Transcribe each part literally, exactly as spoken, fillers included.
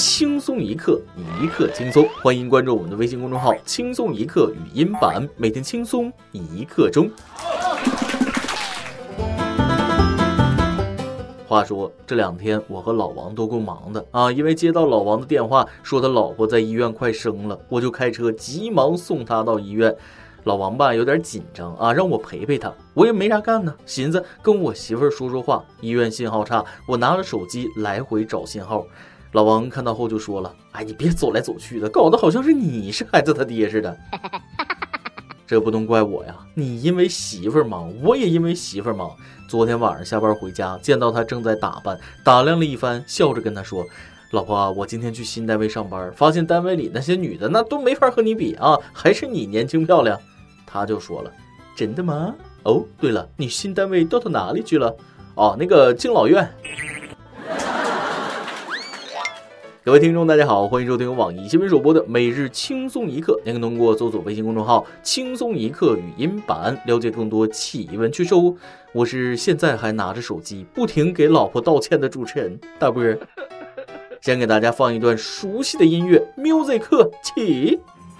轻松一刻，一刻轻松，欢迎关注我们的微信公众号轻松一刻语音版，每天轻松一刻钟。话说这两天我和老王都够忙的啊，因为接到老王的电话说他老婆在医院快生了，我就开车急忙送他到医院。老王吧有点紧张啊，让我陪陪他，我也没啥干呢，寻思跟我媳妇儿说说话。医院信号差，我拿了手机来回找信号。老王看到后就说了，哎，你别走来走去的，搞得好像是你是孩子他爹似的。这不能怪我呀，你因为媳妇儿忙，我也因为媳妇儿忙。昨天晚上下班回家，见到他正在打扮，打量了一番，笑着跟他说，老婆啊，我今天去新单位上班，发现单位里那些女的那都没法和你比啊，还是你年轻漂亮。他就说了，真的吗？哦，对了，你新单位调到哪里去了？哦，那个敬老院。各位听众大家好，欢迎收听网易新闻首播的每日轻松一刻，您可通过搜索微信公众号轻松一刻语音版了解更多奇闻趣事哦。我是现在还拿着手机不停给老婆道歉的主持人大波儿。先给大家放一段熟悉的音乐 music 起。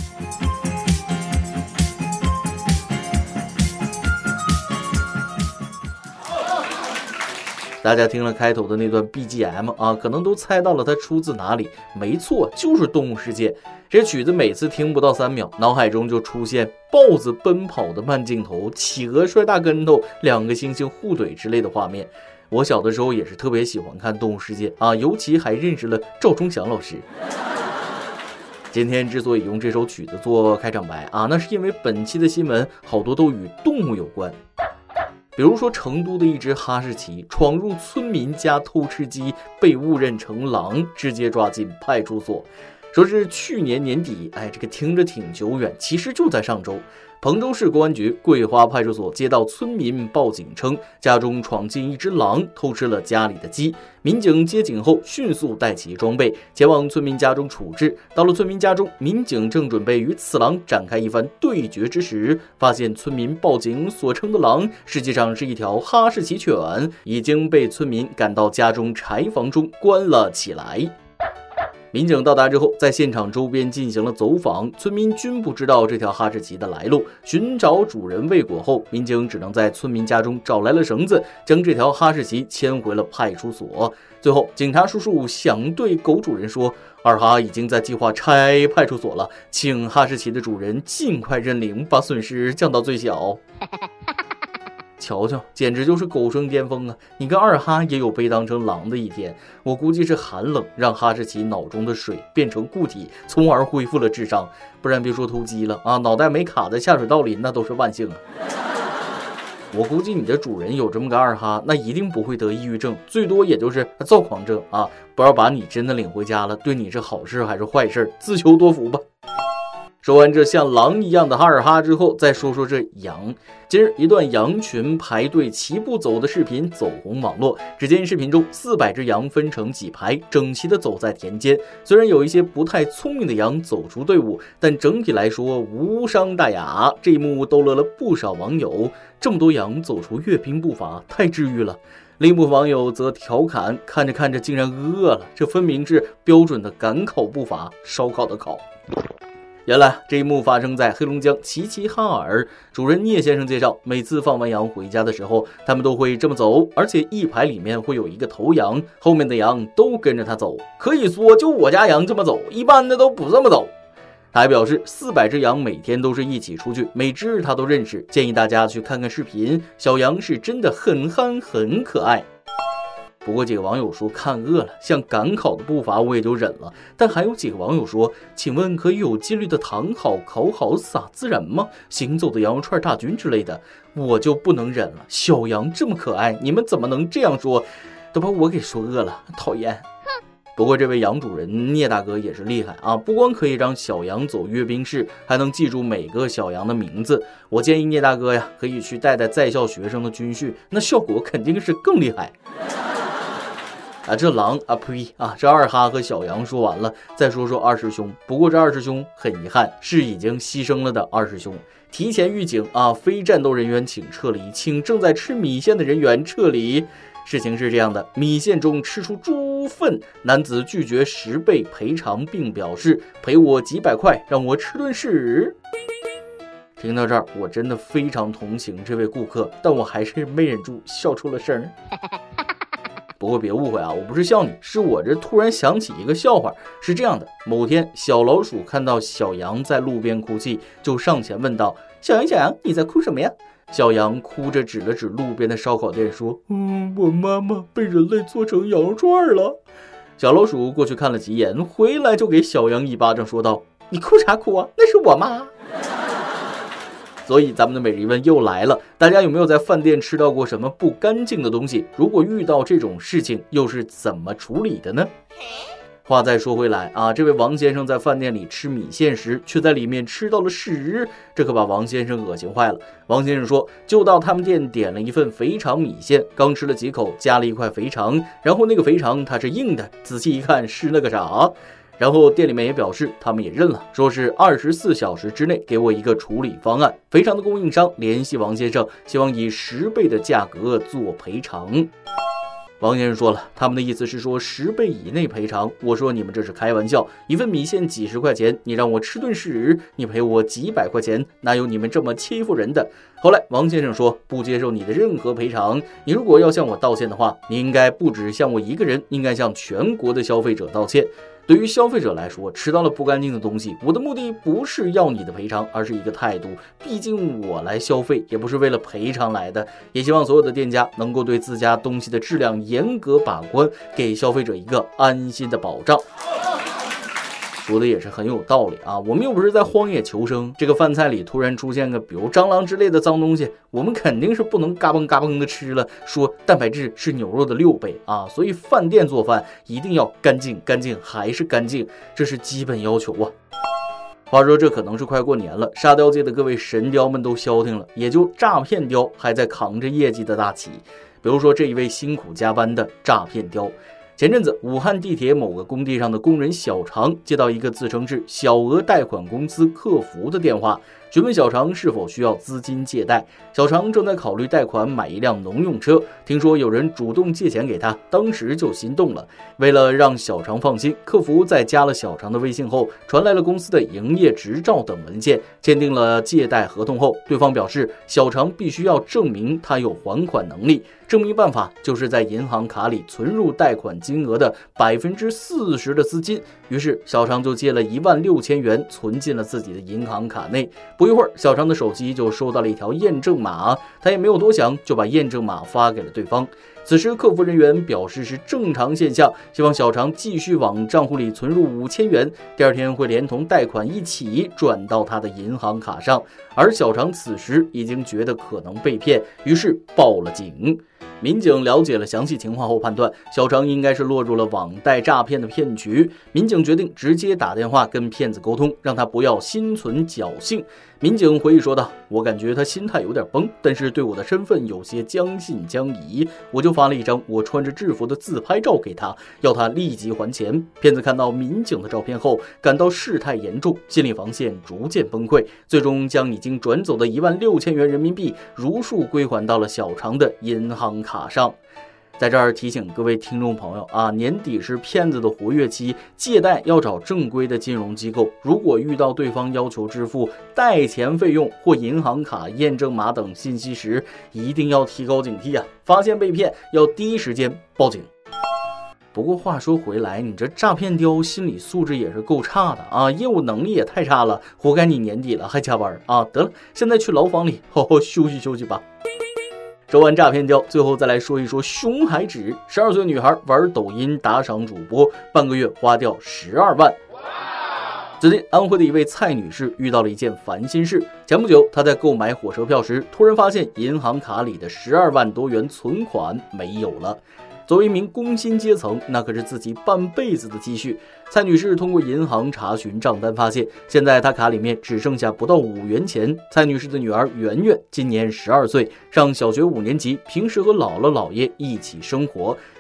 大家听了开头的那段 B G M 啊，可能都猜到了它出自哪里。没错，就是动物世界。这曲子每次听不到三秒，脑海中就出现豹子奔跑的慢镜头，企鹅摔大跟头，两个猩猩互怼之类的画面。我小的时候也是特别喜欢看动物世界啊，尤其还认识了赵忠祥老师。今天之所以用这首曲子做开场白啊，那是因为本期的新闻好多都与动物有关。比如说成都的一只哈士奇闯入村民家偷吃鸡，被误认成狼，直接抓进派出所。说是去年年底，哎，这个听着挺久远，其实就在上周。彭州市公安局桂花派出所接到村民报警称，家中闯进一只狼，偷吃了家里的鸡。民警接警后，迅速带齐装备，前往村民家中处置。到了村民家中，民警正准备与此狼展开一番对决之时，发现村民报警所称的狼，实际上是一条哈士奇犬，已经被村民赶到家中柴房中关了起来。民警到达之后，在现场周边进行了走访，村民均不知道这条哈士奇的来路。寻找主人未果后，民警只能在村民家中找来了绳子，将这条哈士奇牵回了派出所。最后，警察叔叔想对狗主人说，二哈已经在计划拆派出所了，请哈士奇的主人尽快认领，把损失降到最小。瞧瞧，简直就是狗生巅峰啊！你跟二哈也有被当成狼的一天，我估计是寒冷让哈士奇脑中的水变成固体，从而恢复了智商，不然别说偷鸡了啊，脑袋没卡在下水道里那都是万幸啊！我估计你的主人有这么个二哈，那一定不会得抑郁症，最多也就是躁狂症啊！不知道把你真的领回家了，对你是好事还是坏事，自求多福吧。说完这像狼一样的哈尔哈之后，再说说这羊。今日一段羊群排队齐步走的视频走红网络。只见视频中四百只羊分成几排，整齐地走在田间。虽然有一些不太聪明的羊走出队伍，但整体来说无伤大雅。这一幕逗乐了不少网友。这么多羊走出阅兵步伐，太治愈了。另一部分网友则调侃，看着看着竟然饿了，这分明是标准的赶考步伐，烧烤的烤。原来这一幕发生在黑龙江齐齐哈尔。主人聂先生介绍，每次放完羊回家的时候，他们都会这么走，而且一排里面会有一个头羊，后面的羊都跟着他走。可以说就我家羊这么走，一般的都不这么走。他还表示，四百只羊每天都是一起出去，每只他都认识，建议大家去看看视频，小羊是真的很憨很可爱。不过几个网友说看饿了，像赶考的步伐我也就忍了，但还有几个网友说，请问可以有纪律的躺好、烤好、撒孜然吗？行走的羊肉串大军之类的，我就不能忍了。小羊这么可爱，你们怎么能这样说？都把我给说饿了，讨厌。不过这位羊主人聂大哥也是厉害啊，不光可以让小羊走阅兵式，还能记住每个小羊的名字。我建议聂大哥呀，可以去带带在校学生的军训，那效果肯定是更厉害。啊，这狼啊呸啊！这二哈和小羊说完了，再说说二师兄。不过这二师兄很遗憾，是已经牺牲了的二师兄。提前预警啊，非战斗人员请撤离，请正在吃米线的人员撤离。事情是这样的，米线中吃出猪处分。男子拒绝十倍赔偿，并表示赔我几百块，让我吃顿屎。听到这儿，我真的非常同情这位顾客，但我还是没忍住笑出了声。不过别误会啊，我不是笑你，是我这突然想起一个笑话。是这样的，某天小老鼠看到小羊在路边哭泣，就上前问道：小羊小羊，你在哭什么呀？小羊哭着指了指路边的烧烤店说：嗯，我妈妈被人类做成羊串了。小老鼠过去看了几眼，回来就给小羊一巴掌，说道：你哭啥哭啊，那是我妈。所以咱们的每日一问又来了，大家有没有在饭店吃到过什么不干净的东西？如果遇到这种事情，又是怎么处理的呢？话再说回来啊，这位王先生在饭店里吃米线时，却在里面吃到了屎，这可把王先生恶心坏了。王先生说，就到他们店点了一份肥肠米线，刚吃了几口，加了一块肥肠，然后那个肥肠它是硬的，仔细一看是那个啥。然后店里面也表示，他们也认了，说是二十四小时之内给我一个处理方案。肥肠的供应商联系王先生，希望以十倍的价格做赔偿。王先生说了，他们的意思是说十倍以内赔偿。我说你们这是开玩笑，一份米线几十块钱，你让我吃顿屎，你赔我几百块钱，哪有你们这么欺负人的？后来王先生说，不接受你的任何赔偿，你如果要向我道歉的话，你应该不只向我一个人，应该向全国的消费者道歉。对于消费者来说，吃到了不干净的东西，我的目的不是要你的赔偿，而是一个态度。毕竟我来消费也不是为了赔偿来的，也希望所有的店家能够对自家东西的质量严格把关，给消费者一个安心的保障。说的也是很有道理啊，我们又不是在荒野求生，这个饭菜里突然出现个比如蟑螂之类的脏东西，我们肯定是不能嘎嘣嘎嘣的吃了，说蛋白质是牛肉的六倍啊，所以饭店做饭一定要干净，干净还是干净，这是基本要求啊。话说这可能是快过年了，沙雕界的各位神雕们都消停了，也就诈骗雕还在扛着业绩的大旗。比如说这一位辛苦加班的诈骗雕。前阵子，武汉地铁某个工地上的工人小常接到一个自称是小额贷款公司客服的电话，询问小常是否需要资金借贷。小常正在考虑贷款买一辆农用车，听说有人主动借钱给他，当时就心动了。为了让小常放心，客服在加了小常的微信后，传来了公司的营业执照等文件，签订了借贷合同后，对方表示小常必须要证明他有还款能力。证明办法就是在银行卡里存入贷款金额的百分之四十的资金。于是小常就借了一万六千元存进了自己的银行卡内。不一会儿，小常的手机就收到了一条验证码，他也没有多想，就把验证码发给了对方。此时客服人员表示是正常现象，希望小常继续往账户里存入五千元，第二天会连同贷款一起转到他的银行卡上。而小常此时已经觉得可能被骗，于是报了警。民警了解了详细情况后判断，小常应该是落入了网贷诈骗的骗局。民警决定直接打电话跟骗子沟通，让他不要心存侥幸。民警回忆说道，我感觉他心态有点崩，但是对我的身份有些将信将疑，我就发了一张我穿着制服的自拍照给他，要他立即还钱。骗子看到民警的照片后，感到事态严重，心理防线逐渐崩溃，最终将已经转走的一万六千元人民币如数归还到了小常的银行卡上。在这儿提醒各位听众朋友啊，年底是骗子的活跃期，借贷要找正规的金融机构。如果遇到对方要求支付贷钱费用或银行卡验证码等信息时，一定要提高警惕啊！发现被骗要第一时间报警。不过话说回来，你这诈骗雕心理素质也是够差的啊，业务能力也太差了，活该你年底了还加班啊！得了，现在去牢房里好好休息休息吧。说完诈骗雕，最后再来说一说熊孩子。十二岁女孩玩抖音打赏主播，半个月花掉十二万。最近，安徽的一位蔡女士遇到了一件烦心事。前不久，她在购买火车票时，突然发现银行卡里的十二万多元存款没有了。作为一名工薪阶层，那可是自己半辈子的积蓄。蔡女士通过银行查询账单发现，现在她卡里面只剩下不到五元钱。蔡女士的女儿圆圆今年十二岁，上小学五年级，平时和姥姥姥爷一起生活。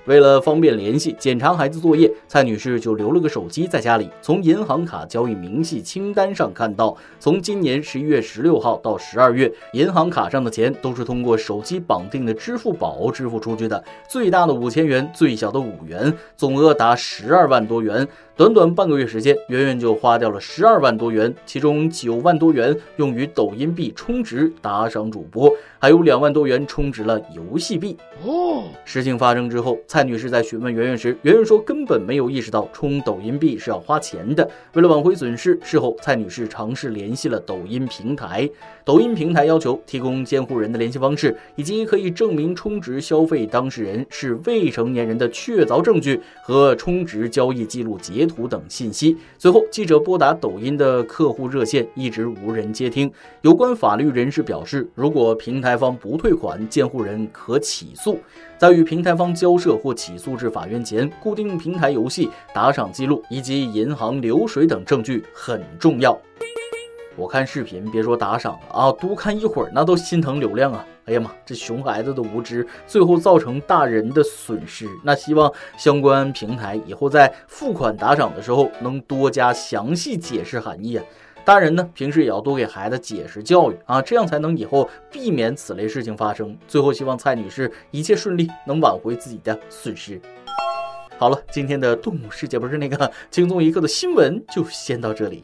为了方便联系检查孩子作业，蔡女士就留了个手机在家里。从银行卡交易明细清单上看到，从今年十一月十六号到十二月，银行卡上的钱都是通过手机绑定的支付宝支付出去的，最大的五千元，最小的五元，总额达十二万多元。短短半个月时间，圆圆就花掉了十二万多元，其中九万多元用于抖音币充值打赏主播，还有两万多元充值了游戏币。哦，事情发生之后，蔡女士在询问圆圆时，圆圆说根本没有意识到充抖音币是要花钱的。为了挽回损失，事后蔡女士尝试联系了抖音平台，抖音平台要求提供监护人的联系方式，以及可以证明充值消费当事人是未成年人的确凿证据和充值交易记录截图等信息。随后，记者拨打抖音的客户热线，一直无人接听。有关法律人士表示，如果平台方不退款，监护人可起诉。在与平台方交涉或起诉至法院前，固定平台游戏、打赏记录以及银行流水等证据很重要。我看视频，别说打赏了啊，多看一会儿那都心疼流量啊！哎呀妈，这熊孩子的无知，最后造成大人的损失。那希望相关平台以后在付款打赏的时候能多加详细解释含义啊。大人呢，平时也要多给孩子解释教育啊，这样才能以后避免此类事情发生。最后希望蔡女士一切顺利，能挽回自己的损失。好了，今天的动物世界不是那个轻松一刻的新闻就先到这里。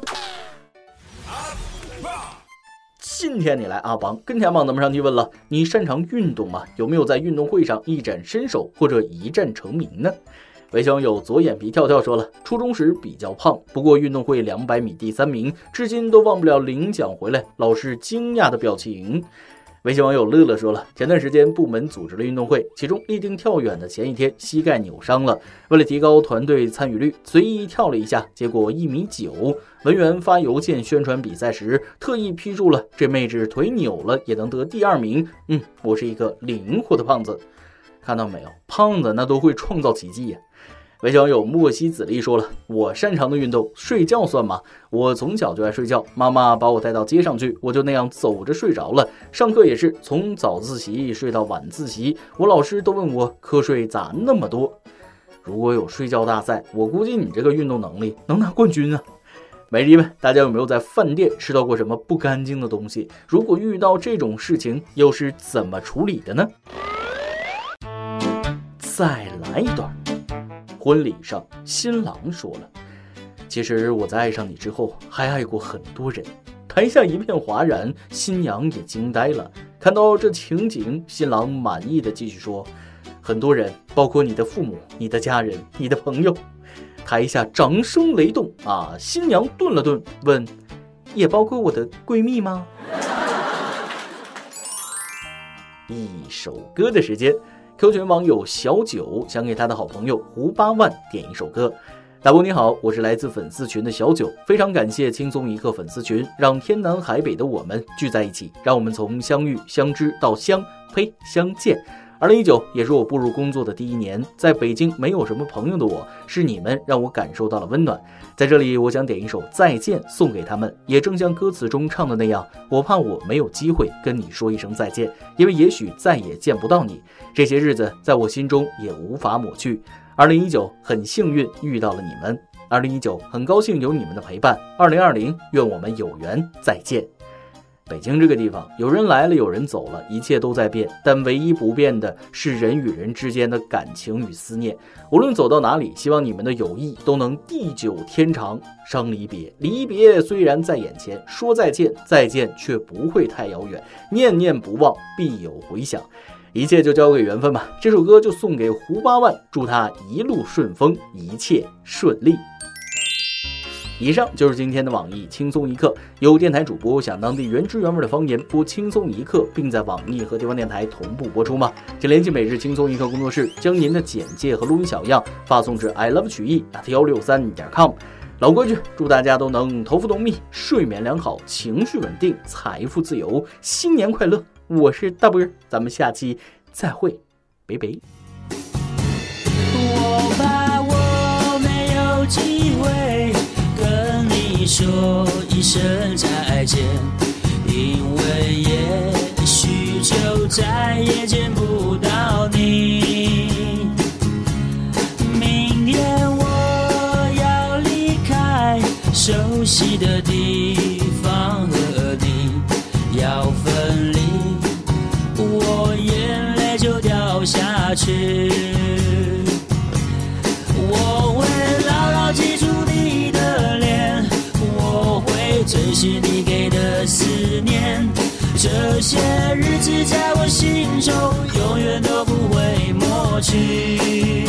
今天你来阿邦跟天帮咱们上提问了，你擅长运动吗？有没有在运动会上一展身手或者一战成名呢？微信网友左眼皮跳跳说了，初中时比较胖，不过运动会两百米第三名，至今都忘不了领奖回来老师惊讶的表情。微信网友乐乐说了，前段时间部门组织了运动会，其中立定跳远的前一天膝盖扭伤了，为了提高团队参与率，随意跳了一下，结果一米九。文员发邮件宣传比赛时，特意批注了这妹纸腿扭了也能得第二名。嗯，我是一个灵活的胖子。看到没有，胖子那都会创造奇迹呀。微小友莫西子力说了，我擅长的运动睡觉算吗？我从小就爱睡觉，妈妈把我带到街上去，我就那样走着睡着了。上课也是从早自习睡到晚自习，我老师都问我瞌睡咋那么多。如果有睡觉大赛，我估计你这个运动能力能拿冠军啊。美丽们，大家有没有在饭店吃到过什么不干净的东西？如果遇到这种事情，又是怎么处理的呢？再来一段。婚礼上，新郎说了，其实我在爱上你之后还爱过很多人。台下一片哗然，新娘也惊呆了。看到这情景，新郎满意的继续说，很多人，包括你的父母、你的家人、你的朋友。台下掌声雷动啊！新娘顿了顿，问，也包括我的闺蜜吗？一首歌的时间， Q 群网友小九想给他的好朋友胡八万点一首歌。大波你好，我是来自粉丝群的小九，非常感谢轻松一刻粉丝群，让天南海北的我们聚在一起，让我们从相遇相知到相呸相见。二零一九也是我步入工作的第一年，在北京没有什么朋友的我，是你们让我感受到了温暖。在这里，我想点一首《再见》送给他们，也正像歌词中唱的那样，我怕我没有机会跟你说一声再见，因为也许再也见不到你。这些日子在我心中也无法抹去。二零一九很幸运遇到了你们，二零一九很高兴有你们的陪伴。二零二零愿我们有缘再见。北京这个地方，有人来了，有人走了，一切都在变，但唯一不变的是人与人之间的感情与思念。无论走到哪里，希望你们的友谊都能地久天长。伤离别，离别虽然在眼前，说再见，再见却不会太遥远，念念不忘，必有回响。一切就交给缘分吧。这首歌就送给胡八万，祝他一路顺风，一切顺利。以上就是今天的网易轻松一刻，有电台主播想当地原汁原味的方言播轻松一刻，并在网易和地方电台同步播出吗？请联系每日轻松一刻工作室，将您的简介和录音小样发送至 i love 曲艺 at 一六三点 com。老规矩，祝大家都能头发浓密，睡眠良好，情绪稳定，财富自由，新年快乐！我是大波，咱们下期再会，拜拜。 我怕我没有机会跟你说一声再见，因为也许就再也见不到你。 悉的地方和你要分离，我眼泪就掉下去。我会牢牢记住你的脸，我会珍惜你给的思念，这些日子在我心中永远都不会抹去。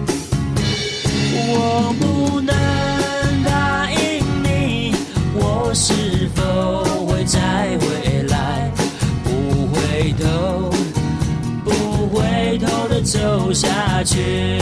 我不能答应你，我是否会再回来，不回头不回头的走下去。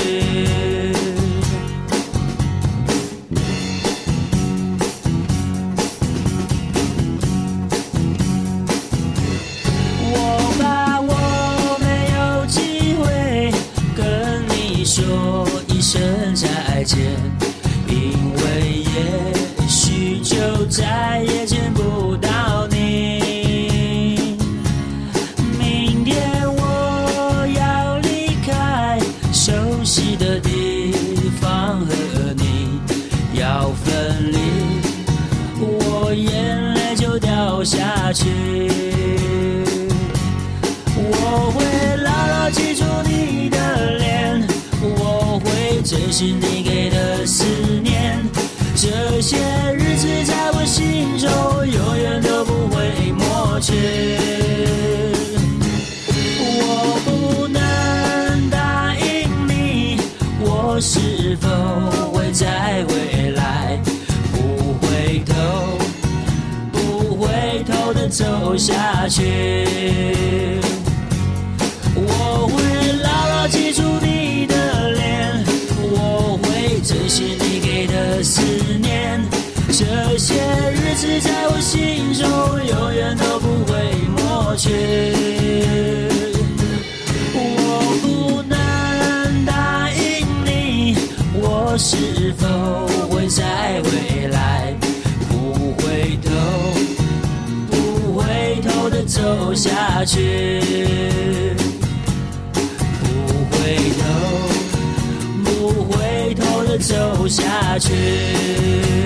我怕我没有机会跟你说一声再见，因为也许就再也见不到你。明天我要离开熟悉的地方和你要分离，我眼泪就掉下去。我会牢牢记住你的脸，我会珍惜你给的思念，这些日子在我心中永远都不会抹去。我不能答应你，我是否会再回来，不回头不回头的走下去。我会牢牢记住你的脸，我会珍惜你给的思念，这些日子在我心中永远都不会抹去。我不能答应你，我是否会再回来，不回头不回头的走下去。回头不回头的走下去。